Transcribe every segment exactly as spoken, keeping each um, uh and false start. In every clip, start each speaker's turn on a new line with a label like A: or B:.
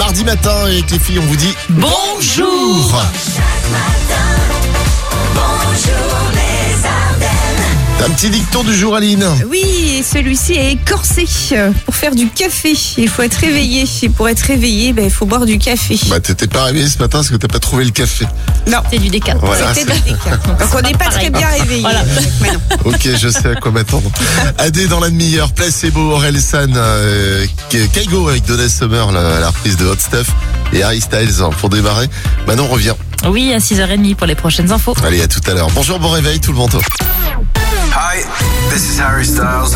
A: mardi matin et avec les filles, on vous dit bonjour. Un petit dicton du jour, Aline.
B: Oui, et celui-ci est écorcé. Pour faire du café, il faut être réveillé. Et pour être réveillé, ben, il faut boire du café.
A: Bah, t'étais pas réveillé ce matin parce que t'as pas trouvé le café.
B: Non,
C: c'est du décal.
A: Voilà,
B: c'était du décal. Donc on n'est pas très bien réveillé. Voilà.
A: Ok, je sais à quoi m'attendre. Adé dans la demi-heure, Placebo, Orelsan, euh, Kaigo avec Donna Summer, la, la reprise de Hot Stuff, et Harry Styles hein, pour démarrer. Maintenant, on revient.
C: Oui, à six heures trente pour les prochaines infos.
A: Allez, à tout à l'heure. Bonjour, bon réveil tout le monde.
D: Hi, this is Harry Styles.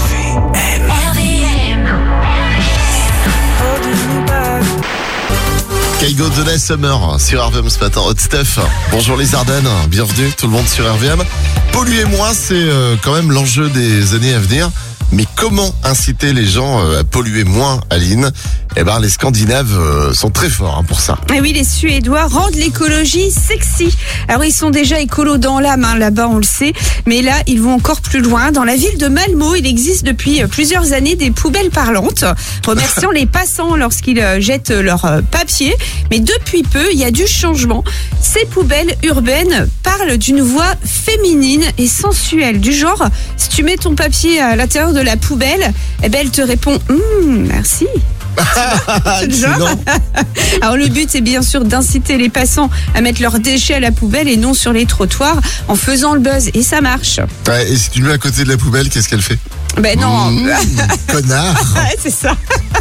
A: Kaigo, Donna Summer sur R V M ce matin, Hot Stuff. Bonjour les Ardennes, bienvenue tout le monde sur R V M. Polluer moins, c'est euh, quand même l'enjeu des années à venir. Mais comment inciter les gens à polluer moins, Aline ? Eh ben, les Scandinaves sont très forts hein, pour ça.
B: Et oui, les Suédois rendent l'écologie sexy. Alors, ils sont déjà écolos dans l'âme, hein, là-bas, on le sait. Mais là, ils vont encore plus loin. Dans la ville de Malmö, il existe depuis plusieurs années des poubelles parlantes, remerciant les passants lorsqu'ils jettent leur papier. Mais depuis peu, il y a du changement. Ces poubelles urbaines parlent d'une voix féminine et sensuelle. Du genre, si tu mets ton papier à l'intérieur de la poubelle, eh ben, elle te répond hum, merci. Alors le but c'est bien sûr d'inciter les passants à mettre leurs déchets à la poubelle et non sur les trottoirs en faisant le buzz, et ça marche.
A: Ouais, et si tu le mets à côté de la poubelle, qu'est-ce qu'elle fait ?
B: Ben non.
A: Mmh, connard.
B: Ouais, c'est ça.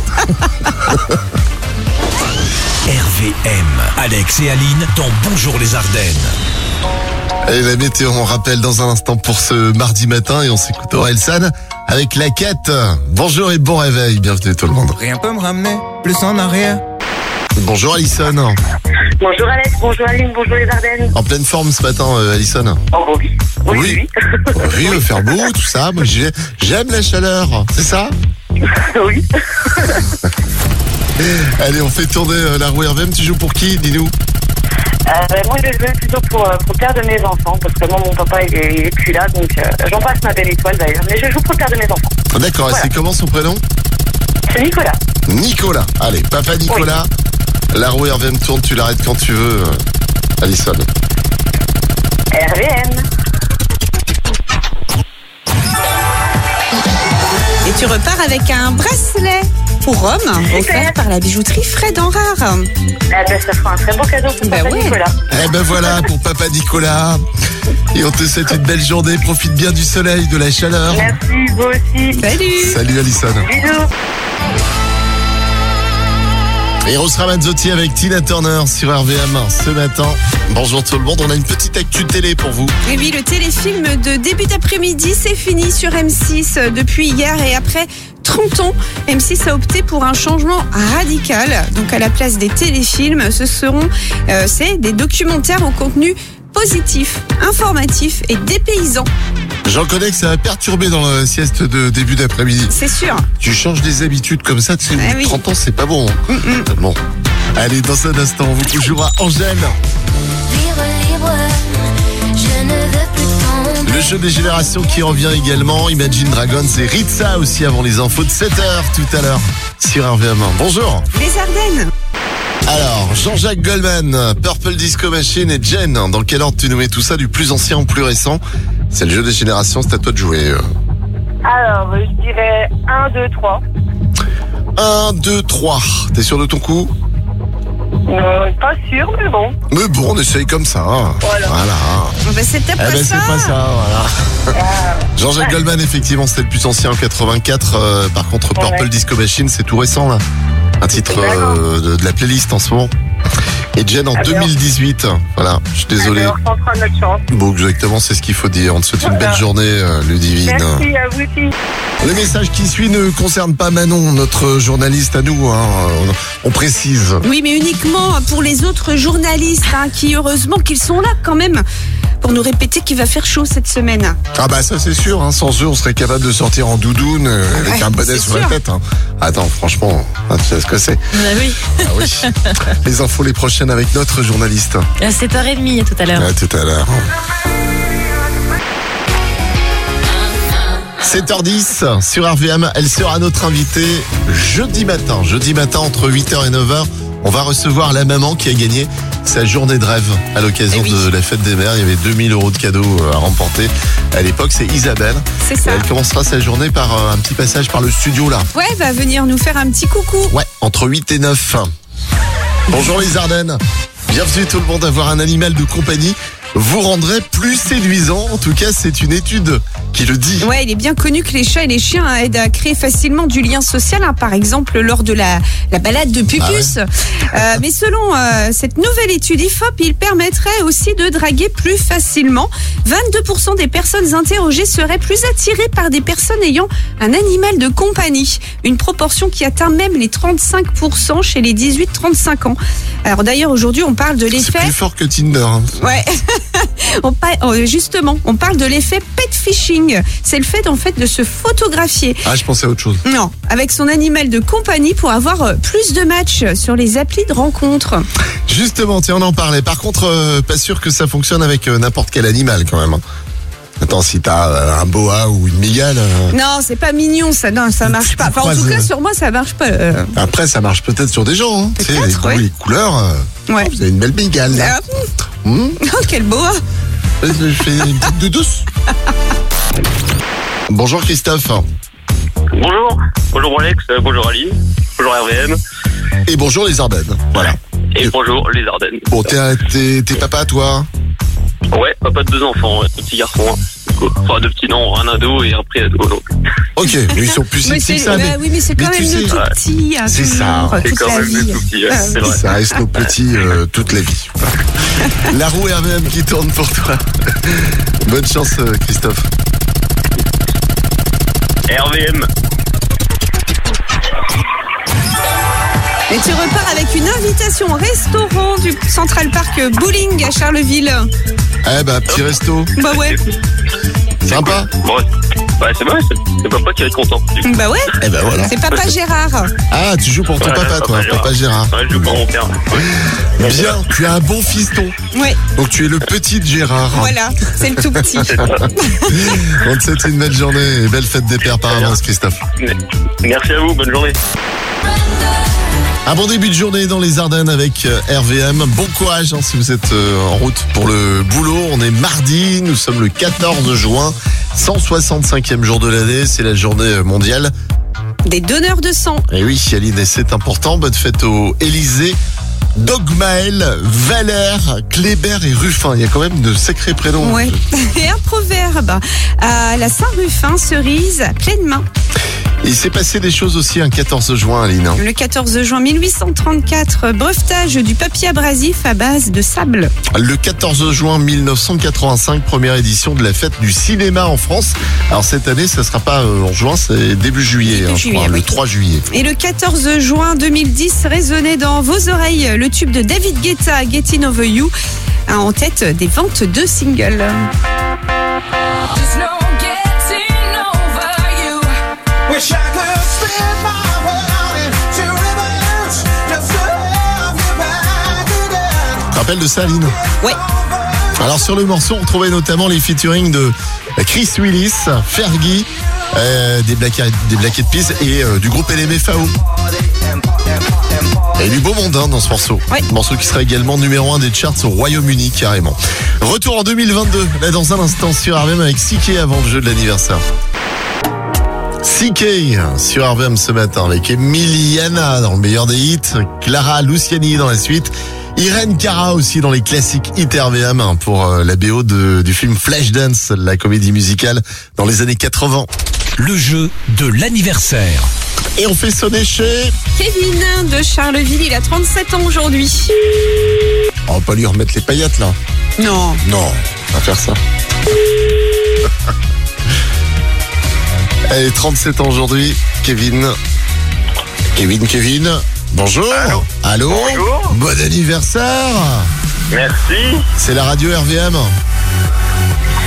E: R V M, Alex et Aline dans Bonjour les Ardennes.
A: Et la météo, on rappelle dans un instant pour ce mardi matin et on s'écoute Orelsan avec la quête. Bonjour et bon réveil, bienvenue tout le monde.
F: Rien peut me ramener plus en arrière.
A: Bonjour Alison.
G: Bonjour Alex, bonjour Aline, bonjour les Ardennes.
A: En pleine forme ce matin, euh, Alison.
G: Oh oui. Oui,
A: oui.
G: oui.
A: Oui, oui, faire beau, tout ça. Moi, j'ai- j'aime la chaleur, c'est ça ?
G: Oui.
A: Allez, on fait tourner euh, la roue R V M. Tu joues pour qui ? Dis-nous.
G: Euh, moi je vais plutôt pour, euh, pour le père de mes enfants, parce que moi mon papa il est, il est plus là, donc euh, j'en passe ma belle étoile d'ailleurs, mais je joue pour le père de mes enfants.
A: D'accord,
G: Voilà.
A: et c'est comment son prénom ?
G: C'est Nicolas.
A: Nicolas. Allez, papa Nicolas. La roue R V M tourne, tu l'arrêtes quand tu veux, euh, Alison.
G: R V M.
B: Et tu repars avec un bracelet pour homme offert par la bijouterie Fred en rare.
G: Eh ben ça fera un très beau cadeau pour
B: Ben
G: papa
B: ouais.
G: Nicolas.
A: Eh ben voilà, pour papa Nicolas. Et on te souhaite une belle journée. Profite bien du soleil, de la chaleur.
G: Merci, vous aussi.
B: Salut.
A: Salut Alison.
G: Bisous.
A: Et Rose Ramazzotti avec Tina Turner sur R V M ce matin. Bonjour tout le monde, on a une petite actu télé pour vous.
B: Et oui, le téléfilm de début d'après-midi, c'est fini sur M six depuis hier, et après trente ans, M six a opté pour un changement radical. Donc à la place des téléfilms, ce seront euh, c'est des documentaires au contenu positif, informatif et dépaysant.
A: J'en connais que ça va perturber dans la sieste de début d'après-midi.
B: C'est sûr.
A: Tu changes des habitudes comme ça, tu sais, au
B: Ah
A: bout de
B: oui.
A: trente ans, c'est pas bon. Bon. Allez, dans un instant, on vous jouera Angèle.
H: Libre, libre, je ne veux plus tomber.
A: Le jeu des générations qui revient également. Imagine Dragons et Ritza aussi avant les infos de sept heures tout à l'heure sur R V M. Bonjour.
B: Les Ardennes.
A: Alors, Jean-Jacques Goldman, Purple Disco Machine et Jen. Dans quel ordre tu nous mets tout ça, du plus ancien au plus récent ? C'est le jeu des générations, c'est à toi de jouer.
G: Alors, je dirais un, deux, trois.
A: un, deux, trois. T'es sûr de ton coup ?
G: Euh, pas sûr, mais bon.
A: Mais bon, on essaye comme ça. hein.
G: Voilà.
A: Voilà.
B: Bon, bah, c'est
A: Eh
B: pas
A: ben,
B: ça.
A: c'est pas ça, voilà. Jean-Jacques
G: ouais.
A: Goldman, effectivement, c'était le plus ancien en quatre-vingt-quatre. Euh, par contre, Purple
G: Ouais.
A: Disco Machine, c'est tout récent, là. Un titre euh, de, de la playlist en ce moment. Et Jen en
G: Ah, bien.
A: deux mille dix-huit. Voilà, je suis désolé.
G: Alors, on prendra notre chance.
A: Bon, exactement, c'est ce qu'il faut dire. On te souhaite une belle
G: Voilà.
A: journée, euh, Ludivine.
G: Merci à vous aussi.
A: Le message qui suit ne concerne pas Manon, notre journaliste à nous. Hein. On, on précise.
B: Oui, mais uniquement pour les autres journalistes, hein, qui heureusement qu'ils sont là quand même pour nous répéter qu'il va faire chaud cette semaine.
A: Ah bah ça c'est sûr, hein. Sans eux on serait capable de sortir en doudoune euh, avec
B: Ouais,
A: un bonnet
B: c'est
A: sur la
B: sûr.
A: tête. Hein. Attends, franchement, hein, tu sais ce que c'est.
C: Ah oui.
A: Ah oui. Les infos les prochaines avec notre journaliste.
C: À sept heures trente, à tout à l'heure.
A: À tout à l'heure. sept heures dix sur R V M, elle sera notre invitée jeudi matin. Jeudi matin entre huit heures et neuf heures, on va recevoir la maman qui a gagné sa journée de rêve à l'occasion
B: Eh oui.
A: de la fête des mères. Il y avait deux mille euros de cadeaux à remporter. À l'époque, c'est Isabelle.
B: C'est ça.
A: Elle commencera sa journée par euh, un petit passage par le studio là.
B: Ouais, va venir nous faire un petit coucou.
A: Ouais, entre huit et neuf. Bonjour les Ardennes. Bienvenue tout le monde. Avoir un animal de compagnie vous rendrait plus séduisant. En tout cas, c'est une étude qui le dit.
B: Ouais, il est bien connu que les chats et les chiens hein, aident à créer facilement du lien social, hein, par exemple lors de la, la balade de Pupus.
A: Ah
B: euh, mais selon euh, cette nouvelle étude I F O P, il permettrait aussi de draguer plus facilement. vingt-deux pour cent des personnes interrogées seraient plus attirées par des personnes ayant un animal de compagnie. Une proportion qui atteint même les trente-cinq pour cent chez les dix-huit trente-cinq ans. Alors d'ailleurs, aujourd'hui, on parle de
A: C'est
B: l'effet...
A: plus fort que Tinder. hein.
B: Ouais. on par- justement, on parle de l'effet pet fishing. C'est le fait en fait de se photographier.
A: Ah, je pensais à autre chose.
B: Non, avec son animal de compagnie pour avoir euh, plus de matchs sur les applis de rencontres.
A: Justement, tiens, on en parlait. Par contre, euh, pas sûr que ça fonctionne avec euh, n'importe quel animal quand même. hein. Attends, si t'as euh, un boa ou une migale. euh,
B: Non, c'est pas mignon, ça, non, ça marche pas. Enfin, en tout
A: croises,
B: cas,
A: euh,
B: sur moi, ça marche pas. euh.
A: Après, ça marche peut-être sur des gens. Hein. Tu sais,
B: Peut-être,
A: les goûts,
B: ouais.
A: les couleurs. euh,
B: Ouais.
A: Vous avez une belle migale là.
B: Ah,
A: Hum,
B: oh, quel boa.
A: je fais une petite de douce. Bonjour Christophe.
I: Bonjour, bonjour Alex, euh, bonjour Aline, bonjour R V M
A: Et bonjour les Ardennes. Voilà.
I: et bonjour les Ardennes.
A: Bon, t'es, t'es, t'es papa toi?
I: Ouais, papa de deux enfants, ouais, deux petits garçons. hein. Enfin, deux petits non, un ado et un pré-ado. Donc.
A: Ok, mais ils sont plus
B: Mais
A: sexy que
B: c'est-
A: ça.
B: bah
A: mais
B: oui, mais c'est quand
A: mais tu
B: même
A: sais-
B: le tout
I: Ouais.
B: petit. hein,
A: C'est ça,
B: toujours,
I: C'est
B: toute
I: quand
B: la
I: même le
B: vie.
I: tout petit, ouais,
B: Ah,
I: c'est vrai.
A: Ça reste nos petits euh, toute la vie. La roue R V M qui tourne pour toi. Bonne chance euh, Christophe.
I: R V M,
B: Et tu repars avec une invitation au restaurant du Central Park Bowling à Charleville.
A: Eh bah petit resto.
B: Bah ouais,
A: Sympa.
I: bon, ouais, c'est vrai, c'est, c'est papa qui va être content.
B: bah ouais.
A: Eh ben voilà.
B: C'est papa Gérard.
A: Ah, tu joues pour ton
I: Ouais,
A: papa toi,
I: Gérard.
A: papa Gérard.
I: Ouais, je joue pour mon père.
A: Bien, tu as un bon fiston.
B: Ouais,
A: Donc tu es le petit de Gérard.
B: voilà, c'est le tout petit.
A: On te souhaite une belle journée et belle fête des pères par avance Christophe.
I: Merci à vous, bonne journée.
A: Un bon début de journée dans les Ardennes avec euh, R V M. Bon courage hein, si vous êtes euh, en route pour le boulot. On est mardi, nous sommes le quatorze juin, cent soixante-cinquième jour de l'année. C'est la journée mondiale.
B: Des donneurs de sang.
A: Et oui, Aline, et c'est important. Bonne fête au Élysée. Dogmaël, Valère, Kléber et Ruffin. Il y a quand même de sacrés prénoms.
B: Ouais. Et un proverbe. À la Saint-Ruffin, cerise à pleine main.
A: Il s'est passé des choses aussi un quatorze juin, Aline.
B: Le quatorze juin mille huit cent trente-quatre, brevetage du papier abrasif à base de sable.
A: Le quatorze juin mille neuf cent quatre-vingt-cinq, première édition de la fête du cinéma en France. Alors cette année, ça sera pas euh, en juin, c'est début juillet,
B: Début
A: hein, je
B: juillet,
A: crois, le
B: oui.
A: trois juillet.
B: Et le quatorze juin deux mille dix, résonnait dans vos oreilles le tube de David Guetta, Getting Over You, hein, en tête des ventes de singles.
F: Wish I could spin my world into reverse. Just to have you back again.
A: Tu te rappelles de ça, Aline?
B: Ouais.
A: Alors sur le morceau, on retrouvait notamment les featuring de Chris Willis, Fergie, euh, des Black Eyed des Black Eyed Peas et euh, du groupe L M F A O. Il y a du beau monde hein, dans ce morceau.
B: Ouais.
A: Morceau qui sera également numéro un des charts au Royaume-Uni, carrément. Retour en deux mille vingt-deux, là dans un instant sur R V M avec C K avant le jeu de l'anniversaire. C K sur R V M ce matin avec Emiliana dans le meilleur des hits, Clara Luciani dans la suite, Irène Cara aussi dans les classiques hits R V M pour euh, la B O de, du film Flashdance, la comédie musicale dans les années quatre-vingts.
E: Le jeu de l'anniversaire.
A: Et on fait sonner chez...
B: Kevin de Charleville, il a trente-sept ans aujourd'hui.
A: On va pas lui remettre les paillettes là.
B: Non.
A: Non, on va faire ça. Allez, trente-sept ans aujourd'hui, Kevin. Kevin, Kevin, bonjour.
I: Allô.
A: Allô.
I: Bonjour.
A: Bon anniversaire.
I: Merci.
A: C'est la radio R V M.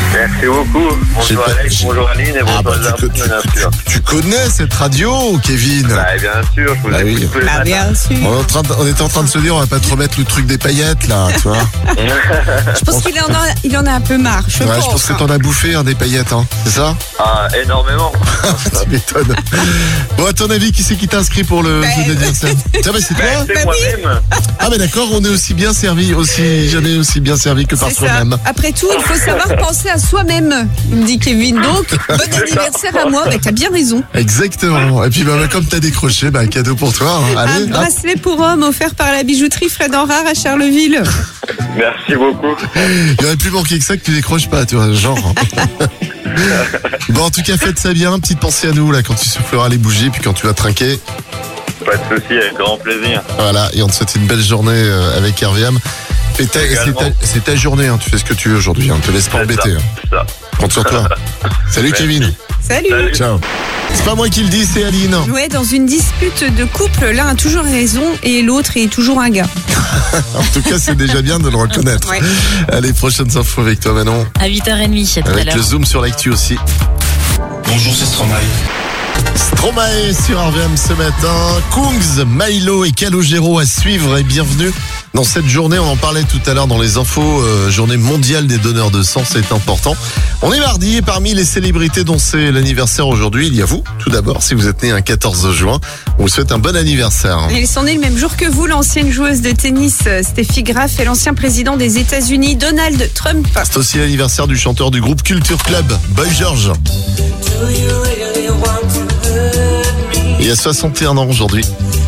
I: Merci beaucoup.
A: J'ai
I: Bonjour
A: pas-
I: Alex,
A: j'ai-
I: bonjour Aline et
A: Ah
I: bonjour
A: bah
I: les
A: tu, tu-
I: Ardennes, bien sûr.
A: tu- tu connais cette radio, Kevin.
I: Bah bien sûr, je vous
A: Bah
I: écoute
A: oui.
I: tous les
B: Bah
I: matins.
B: bien sûr.
A: On, est en train de- on était en train de se dire, on va pas te remettre le truc des paillettes là, tu vois.
B: Je pense qu'il en a, il en a un peu marre. Je
A: Ouais,
B: pense.
A: je pense que t'en as bouffé hein, des paillettes, hein. C'est ça?
I: Ah, énormément.
A: Tu m'étonnes. Bon, à ton avis, qui c'est qui t'a inscrit pour le
B: Bah,
A: jeu d'anniversaire? Tiens, bah, c'est
I: Bah,
A: toi?
I: c'est
B: Bah oui.
I: moi-même.
A: Ah, mais d'accord, on est aussi bien servi, aussi, jamais aussi bien servi que par
B: C'est ça.
A: soi-même.
B: Après tout, il faut savoir penser à soi-même, me dit Kevin. Donc, bon anniversaire à moi. Bah, t'as bien raison.
A: Exactement. Et puis, bah, bah, comme t'as décroché, bah, cadeau pour toi. Hein.
B: Un
A: Allez, hop.
B: bracelet pour homme offert par la bijouterie Fred Enrard à Charleville.
I: Merci beaucoup.
A: Il aurait plus manqué que ça que tu décroches pas, tu vois, genre. Bon, en tout cas, faites ça bien. Petite pensée à nous, là, quand tu souffleras les bougies, puis quand tu vas trinquer.
I: Pas de souci, avec grand plaisir.
A: Voilà. Et on te souhaite une belle journée euh, avec R V M. Et ta- C'est
I: Également.
A: ta, c'est ta journée, hein. Tu fais ce que tu veux aujourd'hui, hein. Te laisse pas
I: C'est
A: embêter.
I: ça,
A: hein.
I: c'est ça.
A: Compte sur toi. Salut, Kevin.
B: Salut.
I: Salut.
A: Ciao. C'est pas moi qui le dis, c'est Aline.
B: Ouais, dans une dispute de couple, l'un a toujours raison et l'autre est toujours un gars.
A: En tout cas, c'est déjà bien de le reconnaître.
B: Ouais.
A: Allez, prochaines infos avec toi, Manon.
C: À huit heures trente, à tout à
A: Avec
C: l'heure.
A: le zoom sur l'actu aussi.
E: Bonjour, c'est Stromae.
A: Stromae sur R V M ce matin. Kungs, Milo et Calogero à suivre et bienvenue dans cette journée. On en parlait tout à l'heure dans les infos. euh, journée mondiale des donneurs de sang, c'est important. On est mardi et parmi les célébrités dont c'est l'anniversaire aujourd'hui, il y a vous. Tout d'abord, si vous êtes né un quatorze juin, on vous souhaite un bon anniversaire.
B: Ils sont nés le même jour que vous, l'ancienne joueuse de tennis euh, Steffi Graf et l'ancien président des États-Unis Donald Trump.
A: C'est aussi l'anniversaire du chanteur du groupe Culture Club, Boy George. Il a soixante et un ans aujourd'hui.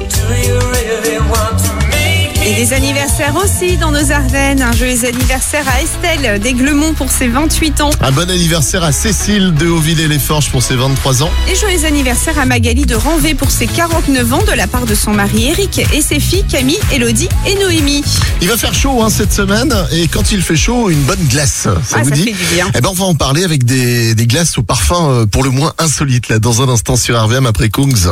B: Et des anniversaires aussi dans nos Ardennes. Un joyeux anniversaire à Estelle d'Aiglemont pour ses vingt-huit ans.
A: Un bon anniversaire à Cécile de Hauville-les-Forges pour ses vingt-trois ans.
B: Et joyeux anniversaire à Magali de Ranvé pour ses quarante-neuf ans de la part de son mari Eric et ses filles Camille, Elodie et Noémie.
A: Il va faire chaud hein, cette semaine et quand il fait chaud, une bonne glace. Ça
B: Ah,
A: vous
B: ça
A: dit
B: fait du bien.
A: Eh ben on va en parler avec des, des glaces au parfum euh, pour le moins insolite là dans un instant sur R V M après Kungs.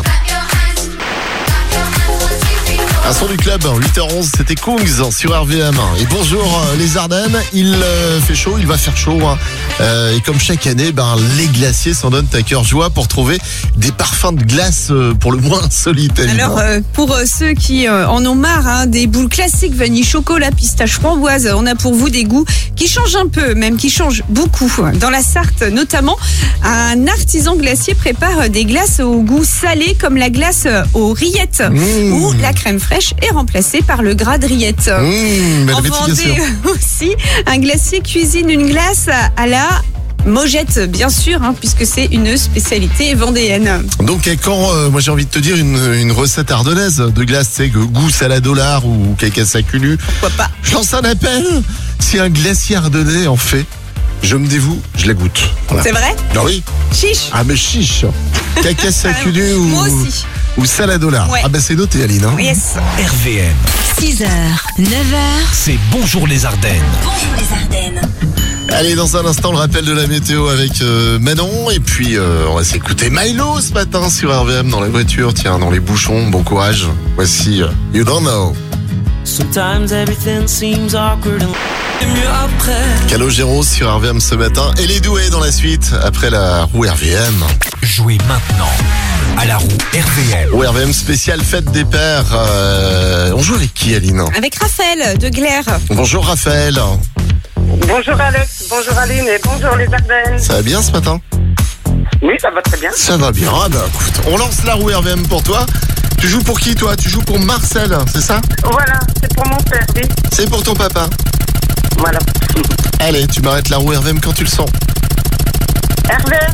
A: Un son du club, huit heures onze, c'était Kungs sur R V M. Et bonjour euh, les Ardennes, il euh, fait chaud, il va faire chaud. Hein. Euh, et comme chaque année, ben, les glaciers s'en donnent à cœur joie pour trouver des parfums de glace euh, pour le moins insolites. évidemment.
B: Alors euh, pour euh, ceux qui euh, en ont marre hein, des boules classiques vanille chocolat pistache framboise, on a pour vous des goûts qui changent un peu, même qui changent beaucoup. Dans la Sarthe notamment, un artisan glacier prépare des glaces au goût salé comme la glace aux rillettes
A: Mmh.
B: où la crème fraîche est remplacée par le gras de rillettes.
A: Mmh, belle
B: En
A: investigation.
B: Vendée aussi, un glacier cuisine une glace à la Mojette, bien sûr, hein, puisque c'est une spécialité vendéenne.
A: Donc et quand, euh, moi j'ai envie de te dire une, une recette ardennaise de glace, tu sais, que goût salade au lard ou cacassaculu.
B: Pourquoi pas?
A: Je lance un appel. Si un glacier ardennais en fait, je me dévoue, je la goûte. Voilà.
B: C'est vrai?
A: Ah oui.
B: Chiche.
A: Ah mais chiche. Cacassaculu ou,
B: Moi aussi.
A: ou salade au lard.
B: Ouais.
A: Ah ben c'est noté Aline. Hein.
B: Yes.
E: R V M,
C: six heures, neuf heures.
E: c'est Bonjour les Ardennes.
C: Bonjour les Ardennes.
A: Allez, dans un instant, le rappel de la météo avec euh, Manon. Et puis, euh, on va s'écouter Milo ce matin sur R V M dans la voiture. Tiens, dans les bouchons. Bon courage. Voici euh, You Don't Know.
F: Sometimes everything seems awkward and mieux après.
A: Calogero sur R V M ce matin. Et les doués dans la suite après la roue R V M.
E: Jouez maintenant à la roue R V M.
A: Roue R V M spéciale fête des pères. Euh, on joue avec qui, Aline?
B: Avec Raphaël de Glaire.
A: Bonjour Raphaël.
G: Bonjour Alex, bonjour Aline et bonjour les Ardennes.
A: Ça va bien ce matin?
G: Oui, ça va très bien.
A: Ça va bien. Ah bah, écoute, on lance la roue R V M pour toi. Tu joues pour qui toi? Tu joues pour Marcel, c'est ça?
G: Voilà, c'est pour mon père, oui.
A: C'est pour ton papa.
G: Voilà.
A: Allez, tu m'arrêtes la roue R V M quand tu le sens.
G: Ardennes.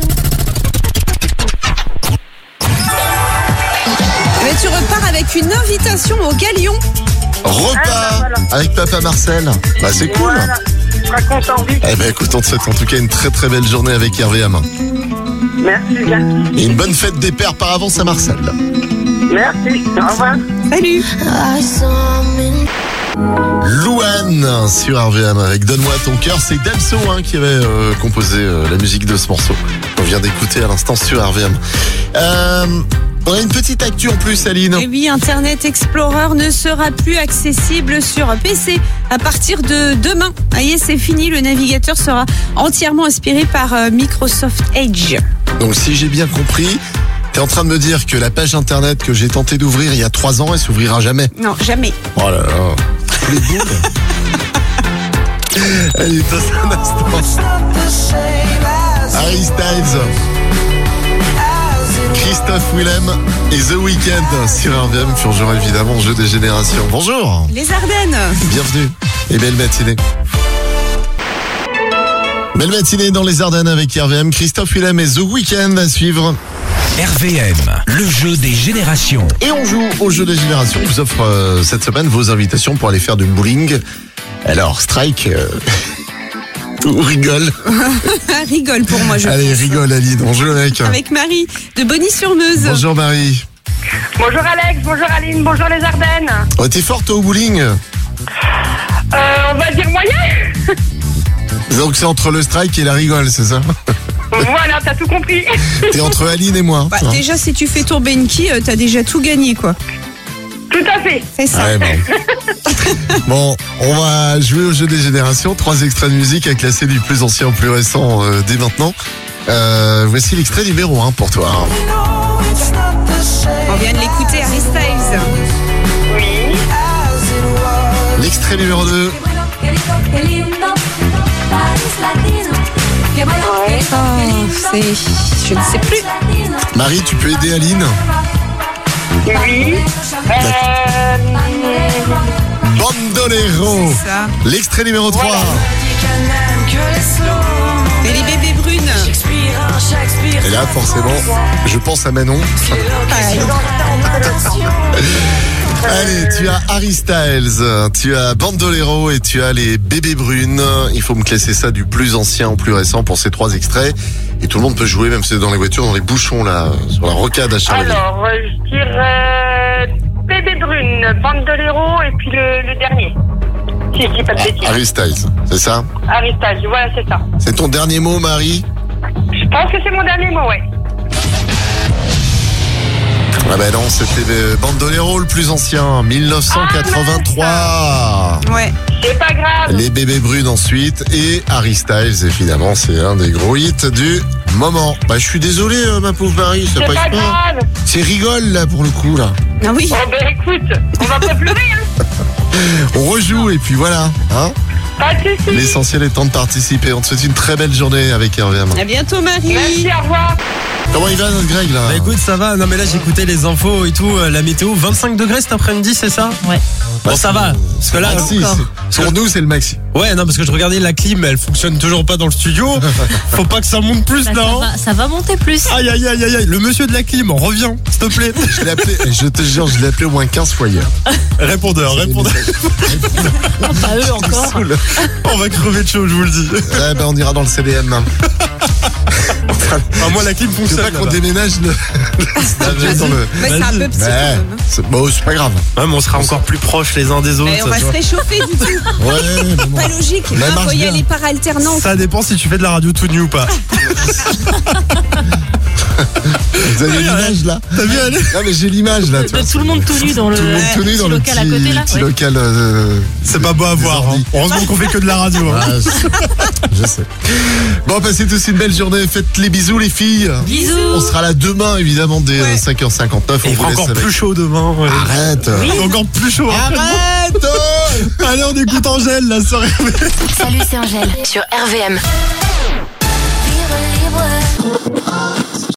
B: Mais tu repars avec une invitation au Galion.
A: Repas
G: Ah, bah, voilà.
A: avec papa Marcel. Bah c'est cool.
G: Voilà, je serai content, oui.
A: Eh ben écoute, on te souhaite en tout cas une très très belle journée avec R V M.
G: Merci bien.
A: Et une bonne fête des pères par avance à Marcel.
G: Merci, au revoir.
B: Salut.
A: Louane sur R V M avec Donne-moi ton cœur. C'est Damso hein, qui avait euh, composé euh, la musique de ce morceau. On vient d'écouter à l'instant sur R V M. Euh, On a une petite actu en plus, Aline.
B: Et oui, Internet Explorer ne sera plus accessible sur P C à partir de demain. Ça y est, c'est fini. Le navigateur sera entièrement inspiré par euh, Microsoft Edge.
A: Donc si j'ai bien compris, t'es en train de me dire que la page internet que j'ai tenté d'ouvrir il y a trois ans, elle s'ouvrira jamais.
B: Non, jamais.
A: Oh là là. Les boules. Allez, dans un instant. Harry Styles, Christophe Willem et The Weeknd sur R V M, toujours évidemment jeu des générations. Bonjour.
B: Les Ardennes.
A: Bienvenue et belle matinée. Belle matinée dans les Ardennes avec R V M, Christophe Willem et The Weeknd à suivre.
E: R V M, le jeu des générations.
A: Et on joue au jeu des générations. On vous offre euh, cette semaine vos invitations pour aller faire du bowling. Alors, strike euh... ou rigole.
B: Rigole pour moi, je
A: Allez,
B: pense.
A: rigole Aline, on joue avec.
B: Avec Marie de Bonny-sur-Meuse.
A: Bonjour Marie.
G: Bonjour Alex, bonjour Aline, bonjour les Ardennes.
A: Oh, t'es forte au bowling?
G: Euh, on va dire moyen.
A: Donc c'est entre le strike et la rigole, c'est ça?
G: Voilà, t'as tout compris.
A: T'es entre Aline et moi.
B: Bah,
A: hein.
B: déjà, si tu fais tomber une quille, euh, t'as déjà tout gagné, quoi.
G: Tout à fait.
B: C'est ça.
A: Ouais, bon. Bon, on va jouer au jeu des générations. Trois extraits de musique à classer du plus ancien au plus récent euh, dès maintenant. Euh, voici l'extrait numéro un pour toi.
B: On vient de l'écouter, Harry Styles.
G: Oui.
A: L'extrait numéro deux.
B: Oh, c'est... Je ne sais plus.
A: Marie, tu peux aider Aline?
G: Oui. Euh,
A: Bandolero.
B: C'est ça.
A: L'extrait numéro trois.
B: Et les bébés brunes.
A: Et là, forcément, je pense à Manon.
B: Pareil.
A: Allez, tu as Harry Styles, tu as Bandolero et tu as les bébés brunes. Il faut me classer ça du plus ancien au plus récent pour ces trois extraits. Et tout le monde peut jouer, même si c'est dans les voitures, dans les bouchons, là, sur la rocade à Charleroi.
G: alors, euh, je dirais Bébé Brune, Bandolero et puis le, le dernier. Si je dis pas de bêtises.
A: Harry Styles, c'est ça?
G: Harry Styles, voilà, c'est ça.
A: C'est ton dernier mot, Marie?
G: Je pense que c'est mon dernier mot, ouais.
A: Ah ben non, c'était euh, Bandolero, le plus ancien, mille neuf cent quatre-vingt-trois.
B: Ouais.
G: C'est pas grave.
A: Les bébés brunes ensuite et Harry Styles, évidemment, c'est un des gros hits du moment. Bah, je suis désolé, euh, ma pauvre Marie, c'est
G: C'est
A: pas
G: pas
A: exprès.
G: grave.
A: C'est rigole, là, pour le coup, là.
B: Ah oui.
G: Oh ben écoute, on va pas pleurer, hein.
A: On rejoue et puis voilà, hein.
G: Pas de soucis.
A: L'essentiel étant de participer. On te souhaite une très belle journée avec R V M.
B: À bientôt, Marie.
G: Merci, au revoir.
A: Comment il va, notre Greg, là?
J: Bah écoute, ça va. Non mais là j'écoutais les infos et tout, euh, la météo, vingt-cinq degrés cet après-midi, c'est ça?
C: Ouais.
J: Bon, ça va. Parce que là,
A: Maxi,
J: encore.
A: c'est- pour nous, c'est le maxi.
J: Ouais, non, parce que je regardais la clim, elle fonctionne toujours pas dans le studio. Faut pas que ça monte plus,
C: Bah, ça,
J: non?
C: va, ça va monter plus.
J: Aïe, aïe, aïe, aïe, aïe. Le monsieur de la clim, reviens, s'il te plaît.
A: Je l'ai appelé, je te jure, je l'ai appelé au moins quinze fois hier.
J: Répondeur, répondeur.
C: Pas eux encore.
A: Saoul.
J: On va crever de chaud, je vous le dis.
A: Ouais, ben, on ira dans le C D M.
J: Ah, moi, la clim
A: C'est
J: fonctionne.
A: pas qu'on
J: là-bas.
A: déménage le, le studio dans le.
B: Ouais, c'est un
J: Vas-y.
B: peu petit quand
A: Ouais,
B: même. hein.
A: c'est bon, c'est pas grave.
J: Ouais, mais on sera encore plus proches les uns des autres.
B: Mais on va
J: tu
B: se
J: vois.
B: réchauffer du coup.
A: Ouais, mais bon.
B: Pas logique.
A: Mais elle
B: Il
A: marche
B: faut y
A: bien.
B: aller par alternance.
J: Ça dépend si tu fais de la radio tout nu ou pas.
A: Vous avez l'image là?
J: T'as vu, allez?
A: Non, mais j'ai l'image là. tu
C: De
A: vois.
C: tout le monde tout nu dans le,
A: Tout le monde tout nu
C: petit
A: dans le
C: local
A: petit,
C: à côté là.
A: petit
C: Ouais.
A: local. euh,
J: C'est pas beau à
A: des
J: voir. Hein.
A: ordi.
J: Heureusement qu'on fait que de la radio. Hein.
A: Ah, je, je sais. Bon, passez tous une belle journée. Faites les bisous, les filles.
C: Bisous.
A: On sera là demain, évidemment, dès
B: Ouais.
A: euh, cinq heures cinquante-neuf.
J: Et
A: On
J: il
A: vous
J: fera
A: laisse
J: encore
A: avec.
J: plus chaud demain. Ouais.
A: Arrête.
J: Encore plus chaud. hein.
A: Arrête.
J: Allez, on écoute Angèle, la soirée.
H: Salut, c'est Angèle sur R V M. Vivre libre.